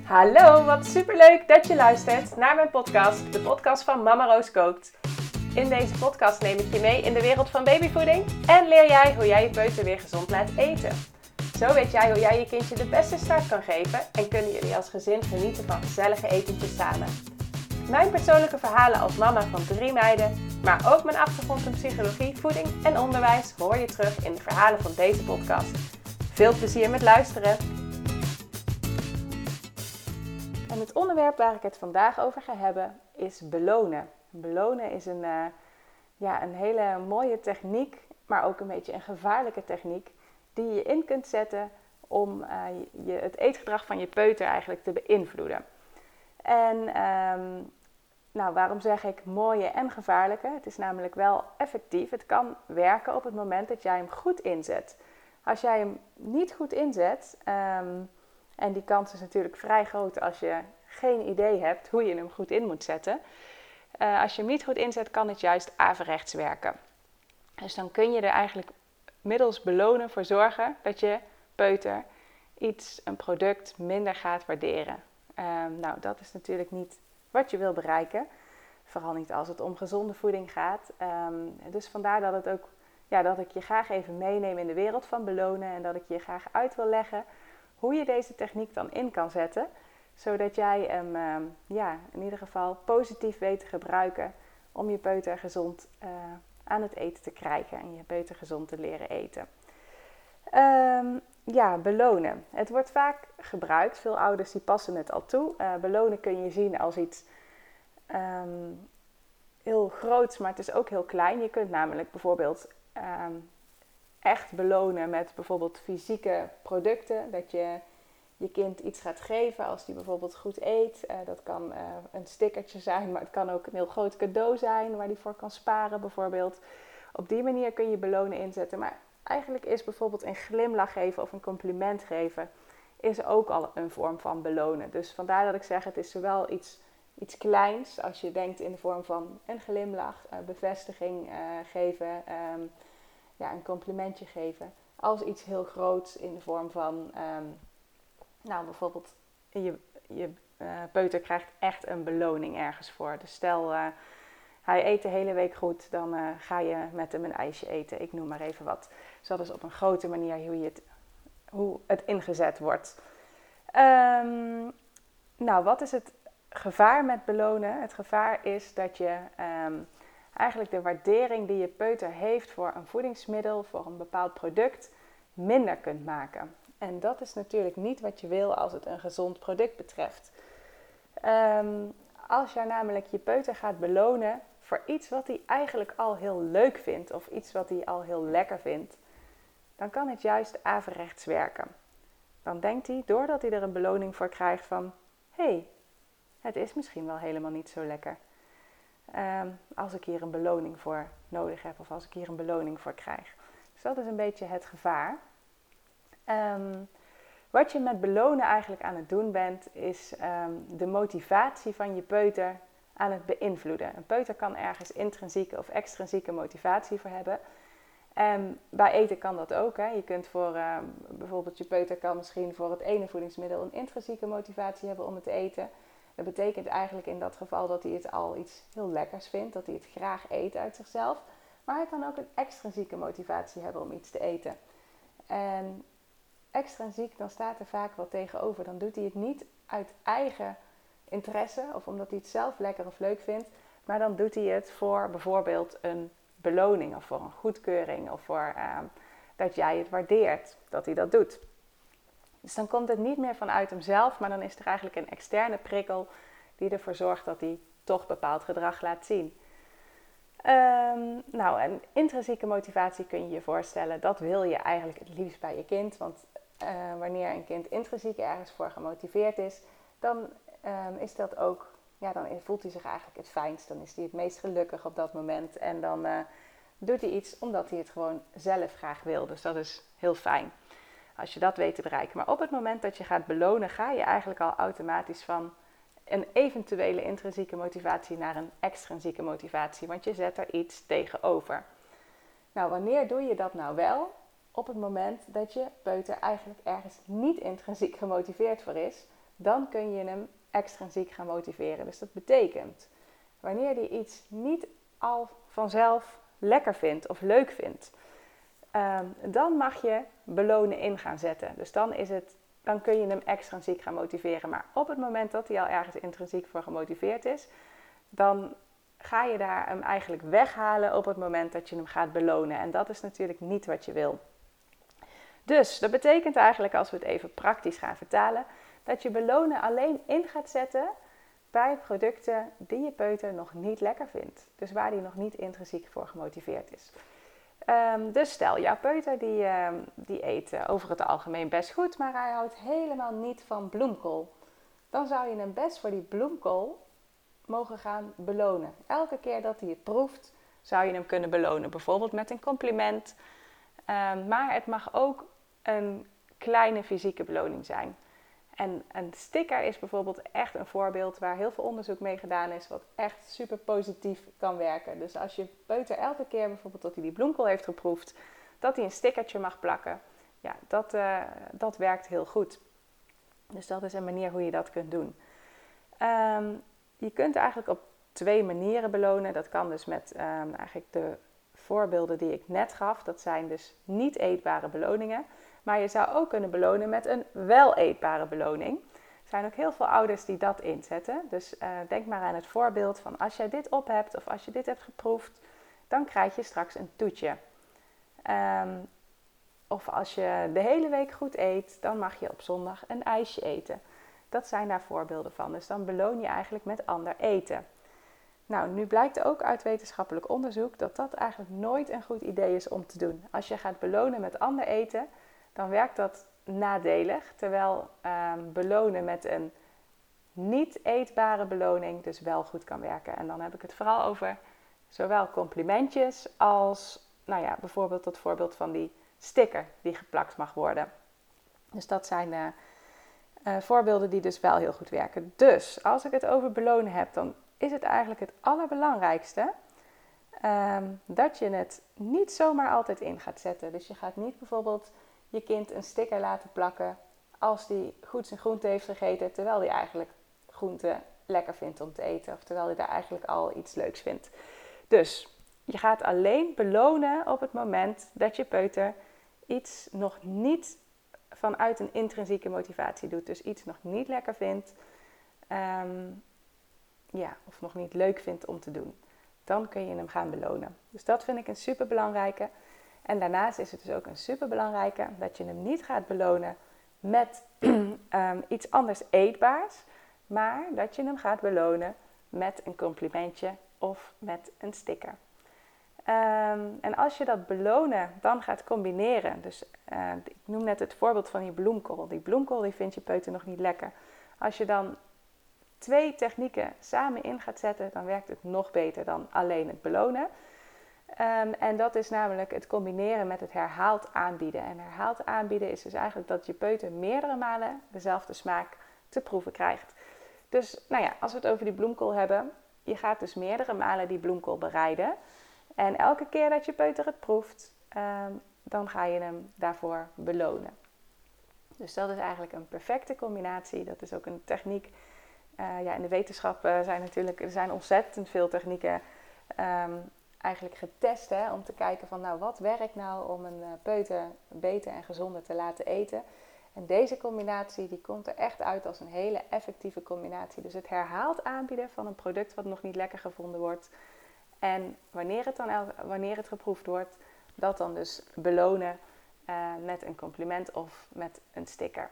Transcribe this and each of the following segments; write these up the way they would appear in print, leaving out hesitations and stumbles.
Hallo, wat superleuk dat je luistert naar mijn podcast, de podcast van Mama Roos Kookt. In deze podcast neem ik je mee in de wereld van babyvoeding en leer jij hoe jij je peuter weer gezond laat eten. Zo weet jij hoe jij je kindje de beste start kan geven en kunnen jullie als gezin genieten van gezellige etentjes samen. Mijn persoonlijke verhalen als mama van 3 meiden, maar ook mijn achtergrond in psychologie, voeding en onderwijs hoor je terug in de verhalen van deze podcast. Veel plezier met luisteren! En het onderwerp waar ik het vandaag over ga hebben is belonen. Belonen is een hele mooie techniek, maar ook een beetje een gevaarlijke techniek die je in kunt zetten om het eetgedrag van je peuter eigenlijk te beïnvloeden. En waarom zeg ik mooie en gevaarlijke? Het is namelijk wel effectief. Het kan werken op het moment dat jij hem goed inzet. Als jij hem niet goed inzet, en die kans is natuurlijk vrij groot als je geen idee hebt hoe je hem goed in moet zetten. Als je hem niet goed inzet, kan het juist averechts werken. Dus dan kun je er eigenlijk middels belonen voor zorgen dat je peuter een product minder gaat waarderen. Dat is natuurlijk niet wat je wil bereiken. Vooral niet als het om gezonde voeding gaat. Dus vandaar dat ik je graag even meeneem in de wereld van belonen. En dat ik je graag uit wil leggen hoe je deze techniek dan in kan zetten. Zodat jij hem in ieder geval positief weet te gebruiken om je peuter gezond aan het eten te krijgen. En je peuter gezond te leren eten. Belonen. Het wordt vaak gebruikt. Veel ouders die passen het al toe. Belonen kun je zien als iets heel groots, maar het is ook heel klein. Je kunt namelijk bijvoorbeeld echt belonen met bijvoorbeeld fysieke producten. Dat je je kind iets gaat geven als die bijvoorbeeld goed eet. Dat kan een stickertje zijn, maar het kan ook een heel groot cadeau zijn waar die voor kan sparen bijvoorbeeld. Op die manier kun je belonen inzetten. Maar eigenlijk is bijvoorbeeld een glimlach geven of een compliment geven is ook al een vorm van belonen. Dus vandaar dat ik zeg, het is zowel iets kleins als je denkt in de vorm van een glimlach, bevestiging geven, een complimentje geven. Als iets heel groots in de vorm van, bijvoorbeeld je peuter krijgt echt een beloning ergens voor. Dus stel, hij eet de hele week goed, dan ga je met hem een ijsje eten. Ik noem maar even wat. Dus dat is op een grote manier hoe het ingezet wordt. Wat is het gevaar met belonen? Het gevaar is dat je eigenlijk de waardering die je peuter heeft voor een voedingsmiddel, voor een bepaald product, minder kunt maken. En dat is natuurlijk niet wat je wil als het een gezond product betreft. Als jij namelijk je peuter gaat belonen voor iets wat hij eigenlijk al heel leuk vindt of iets wat hij al heel lekker vindt, dan kan het juist averechts werken. Dan denkt hij, doordat hij er een beloning voor krijgt van, het is misschien wel helemaal niet zo lekker. Als ik hier een beloning voor nodig heb of als ik hier een beloning voor krijg. Dus dat is een beetje het gevaar. Wat je met belonen eigenlijk aan het doen bent, is de motivatie van je peuter aan het beïnvloeden. Een peuter kan ergens intrinsieke of extrinsieke motivatie voor hebben. Bij eten kan dat ook. Hè. Je kunt bijvoorbeeld je peuter kan misschien voor het ene voedingsmiddel een intrinsieke motivatie hebben om het te eten. Dat betekent eigenlijk in dat geval dat hij het al iets heel lekkers vindt, dat hij het graag eet uit zichzelf. Maar hij kan ook een extrinsieke motivatie hebben om iets te eten. En extrinsiek, dan staat er vaak wat tegenover. Dan doet hij het niet uit eigen interesse of omdat hij het zelf lekker of leuk vindt. Maar dan doet hij het voor bijvoorbeeld een beloning of voor een goedkeuring of voor dat jij het waardeert dat hij dat doet. Dus dan komt het niet meer vanuit hemzelf, maar dan is er eigenlijk een externe prikkel die ervoor zorgt dat hij toch bepaald gedrag laat zien. En intrinsieke motivatie kun je je voorstellen, dat wil je eigenlijk het liefst bij je kind. Want wanneer een kind intrinsiek ergens voor gemotiveerd is, dan is dat ook, dan voelt hij zich eigenlijk het fijnst. Dan is hij het meest gelukkig op dat moment. En dan doet hij iets omdat hij het gewoon zelf graag wil. Dus dat is heel fijn als je dat weet te bereiken. Maar op het moment dat je gaat belonen, ga je eigenlijk al automatisch van een eventuele intrinsieke motivatie naar een extrinsieke motivatie. Want je zet er iets tegenover. Nou, wanneer doe je dat nou wel? Op het moment dat je peuter eigenlijk ergens niet intrinsiek gemotiveerd voor is, dan kun je hem extrinsiek gaan motiveren. Dus dat betekent, wanneer hij iets niet al vanzelf lekker vindt of leuk vindt, dan mag je belonen in gaan zetten. Dus dan kun je hem extrinsiek gaan motiveren. Maar op het moment dat hij al ergens intrinsiek voor gemotiveerd is, dan ga je daar hem eigenlijk weghalen op het moment dat je hem gaat belonen. En dat is natuurlijk niet wat je wil. Dus dat betekent eigenlijk, als we het even praktisch gaan vertalen, dat je belonen alleen in gaat zetten bij producten die je peuter nog niet lekker vindt. Dus waar die nog niet intrinsiek voor gemotiveerd is. Dus stel, jouw peuter die eet over het algemeen best goed, maar hij houdt helemaal niet van bloemkool. Dan zou je hem best voor die bloemkool mogen gaan belonen. Elke keer dat hij het proeft, zou je hem kunnen belonen. Bijvoorbeeld met een compliment. Maar het mag ook een kleine fysieke beloning zijn. En een sticker is bijvoorbeeld echt een voorbeeld waar heel veel onderzoek mee gedaan is, wat echt super positief kan werken. Dus als je peuter elke keer bijvoorbeeld dat hij die bloemkool heeft geproefd, dat hij een stickertje mag plakken, ja, dat werkt heel goed. Dus dat is een manier hoe je dat kunt doen. Je kunt eigenlijk op 2 manieren belonen. Dat kan dus met eigenlijk de voorbeelden die ik net gaf. Dat zijn dus niet eetbare beloningen. Maar je zou ook kunnen belonen met een wel eetbare beloning. Er zijn ook heel veel ouders die dat inzetten. Dus denk maar aan het voorbeeld van als jij dit op hebt of als je dit hebt geproefd, dan krijg je straks een toetje. Of als je de hele week goed eet, dan mag je op zondag een ijsje eten. Dat zijn daar voorbeelden van. Dus dan beloon je eigenlijk met ander eten. Nou, nu blijkt ook uit wetenschappelijk onderzoek dat dat eigenlijk nooit een goed idee is om te doen. Als je gaat belonen met ander eten, dan werkt dat nadelig. Terwijl belonen met een niet eetbare beloning dus wel goed kan werken. En dan heb ik het vooral over zowel complimentjes als, nou ja, bijvoorbeeld dat voorbeeld van die sticker die geplakt mag worden. Dus dat zijn voorbeelden die dus wel heel goed werken. Dus als ik het over belonen heb, dan is het eigenlijk het allerbelangrijkste dat je het niet zomaar altijd in gaat zetten. Dus je gaat niet bijvoorbeeld je kind een sticker laten plakken als die goed zijn groente heeft gegeten, terwijl hij eigenlijk groente lekker vindt om te eten. Of terwijl hij daar eigenlijk al iets leuks vindt. Dus je gaat alleen belonen op het moment dat je peuter iets nog niet vanuit een intrinsieke motivatie doet. Dus iets nog niet lekker vindt. Of nog niet leuk vindt om te doen. Dan kun je hem gaan belonen. Dus dat vind ik een superbelangrijke. En daarnaast is het dus ook een superbelangrijke dat je hem niet gaat belonen met iets anders eetbaars. Maar dat je hem gaat belonen met een complimentje of met een sticker. En als je dat belonen dan gaat combineren. Dus ik noem net het voorbeeld van die bloemkool. Die bloemkool die vindt je peuter nog niet lekker. Als je dan 2 technieken samen in gaat zetten, dan werkt het nog beter dan alleen het belonen. En dat is namelijk het combineren met het herhaald aanbieden. En herhaald aanbieden is dus eigenlijk dat je peuter meerdere malen dezelfde smaak te proeven krijgt. Dus nou ja, als we het over die bloemkool hebben, je gaat dus meerdere malen die bloemkool bereiden. En elke keer dat je peuter het proeft, dan ga je hem daarvoor belonen. Dus dat is eigenlijk een perfecte combinatie. Dat is ook een techniek. In de wetenschap zijn ontzettend veel technieken eigenlijk getest, om te kijken van nou, wat werkt nou om een peuter beter en gezonder te laten eten. En deze combinatie die komt er echt uit als een hele effectieve combinatie. Dus het herhaald aanbieden van een product wat nog niet lekker gevonden wordt. En wanneer het geproefd wordt, dat dan dus belonen met een compliment of met een sticker.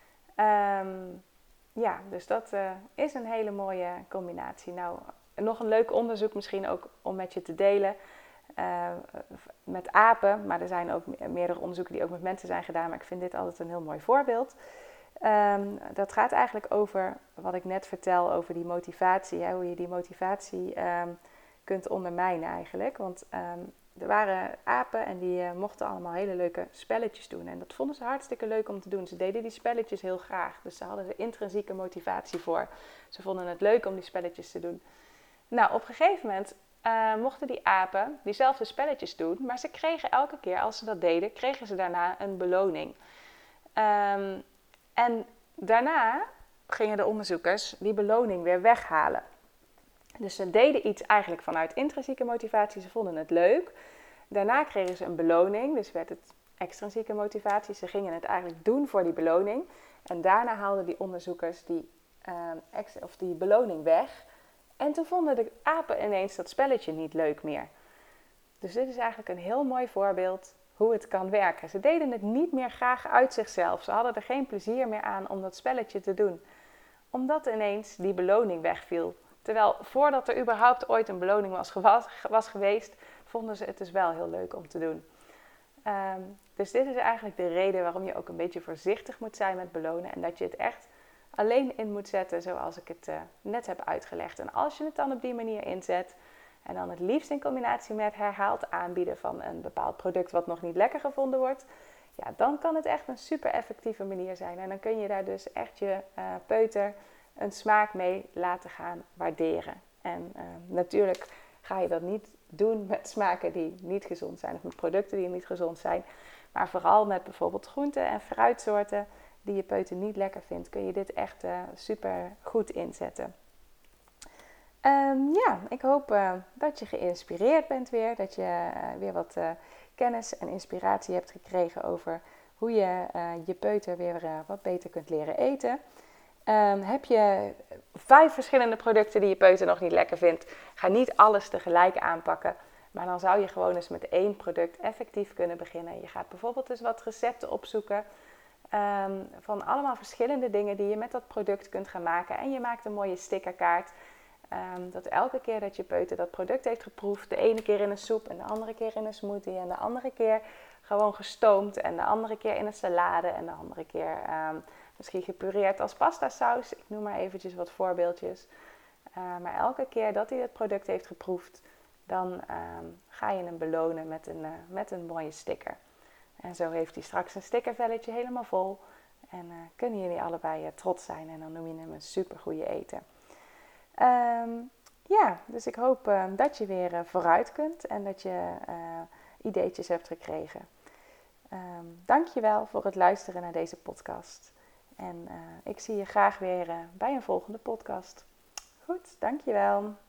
Dus dat is een hele mooie combinatie. Nou, nog een leuk onderzoek misschien ook om met je te delen. Met apen, maar er zijn ook meerdere onderzoeken die ook met mensen zijn gedaan. Maar ik vind dit altijd een heel mooi voorbeeld. Dat gaat eigenlijk over wat ik net vertel over die motivatie. Hoe je die motivatie kunt ondermijnen eigenlijk. Want er waren apen en die mochten allemaal hele leuke spelletjes doen. En dat vonden ze hartstikke leuk om te doen. Ze deden die spelletjes heel graag. Dus ze hadden er intrinsieke motivatie voor. Ze vonden het leuk om die spelletjes te doen. Nou, op een gegeven moment mochten die apen diezelfde spelletjes doen. Maar ze kregen elke keer als ze dat deden, kregen ze daarna een beloning. En daarna gingen de onderzoekers die beloning weer weghalen. Dus ze deden iets eigenlijk vanuit intrinsieke motivatie. Ze vonden het leuk. Daarna kregen ze een beloning. Dus werd het extrinsieke motivatie. Ze gingen het eigenlijk doen voor die beloning. En daarna haalden die onderzoekers die beloning weg. En toen vonden de apen ineens dat spelletje niet leuk meer. Dus dit is eigenlijk een heel mooi voorbeeld hoe het kan werken. Ze deden het niet meer graag uit zichzelf. Ze hadden er geen plezier meer aan om dat spelletje te doen. Omdat ineens die beloning wegviel. Terwijl voordat er überhaupt ooit een beloning was geweest, vonden ze het dus wel heel leuk om te doen. Dus dit is eigenlijk de reden waarom je ook een beetje voorzichtig moet zijn met belonen. En dat je het echt alleen in moet zetten zoals ik het net heb uitgelegd. En als je het dan op die manier inzet, en dan het liefst in combinatie met herhaald aanbieden van een bepaald product wat nog niet lekker gevonden wordt, ja, dan kan het echt een super effectieve manier zijn. En dan kun je daar dus echt je peuter een smaak mee laten gaan waarderen. En natuurlijk ga je dat niet doen met smaken die niet gezond zijn of met producten die niet gezond zijn. Maar vooral met bijvoorbeeld groenten en fruitsoorten die je peuter niet lekker vindt, kun je dit echt super goed inzetten. Ik hoop dat je geïnspireerd bent weer. Dat je weer wat kennis en inspiratie hebt gekregen over hoe je je peuter weer wat beter kunt leren eten. Heb je 5 verschillende producten die je peuter nog niet lekker vindt? Ga niet alles tegelijk aanpakken. Maar dan zou je gewoon eens met 1 product effectief kunnen beginnen. Je gaat bijvoorbeeld eens wat recepten opzoeken. Van allemaal verschillende dingen die je met dat product kunt gaan maken. En je maakt een mooie stickerkaart. Dat elke keer dat je peuter dat product heeft geproefd, de ene keer in een soep en de andere keer in een smoothie en de andere keer gewoon gestoomd en de andere keer in een salade en de andere keer misschien gepureerd als pastasaus. Ik noem maar eventjes wat voorbeeldjes. Maar elke keer dat hij het product heeft geproefd, dan ga je hem belonen met een mooie sticker. En zo heeft hij straks een stickervelletje helemaal vol en kunnen jullie allebei trots zijn en dan noem je hem een supergoeie eten. Dus ik hoop dat je weer vooruit kunt en dat je ideetjes hebt gekregen. Dankjewel voor het luisteren naar deze podcast. En ik zie je graag weer bij een volgende podcast. Goed, dankjewel.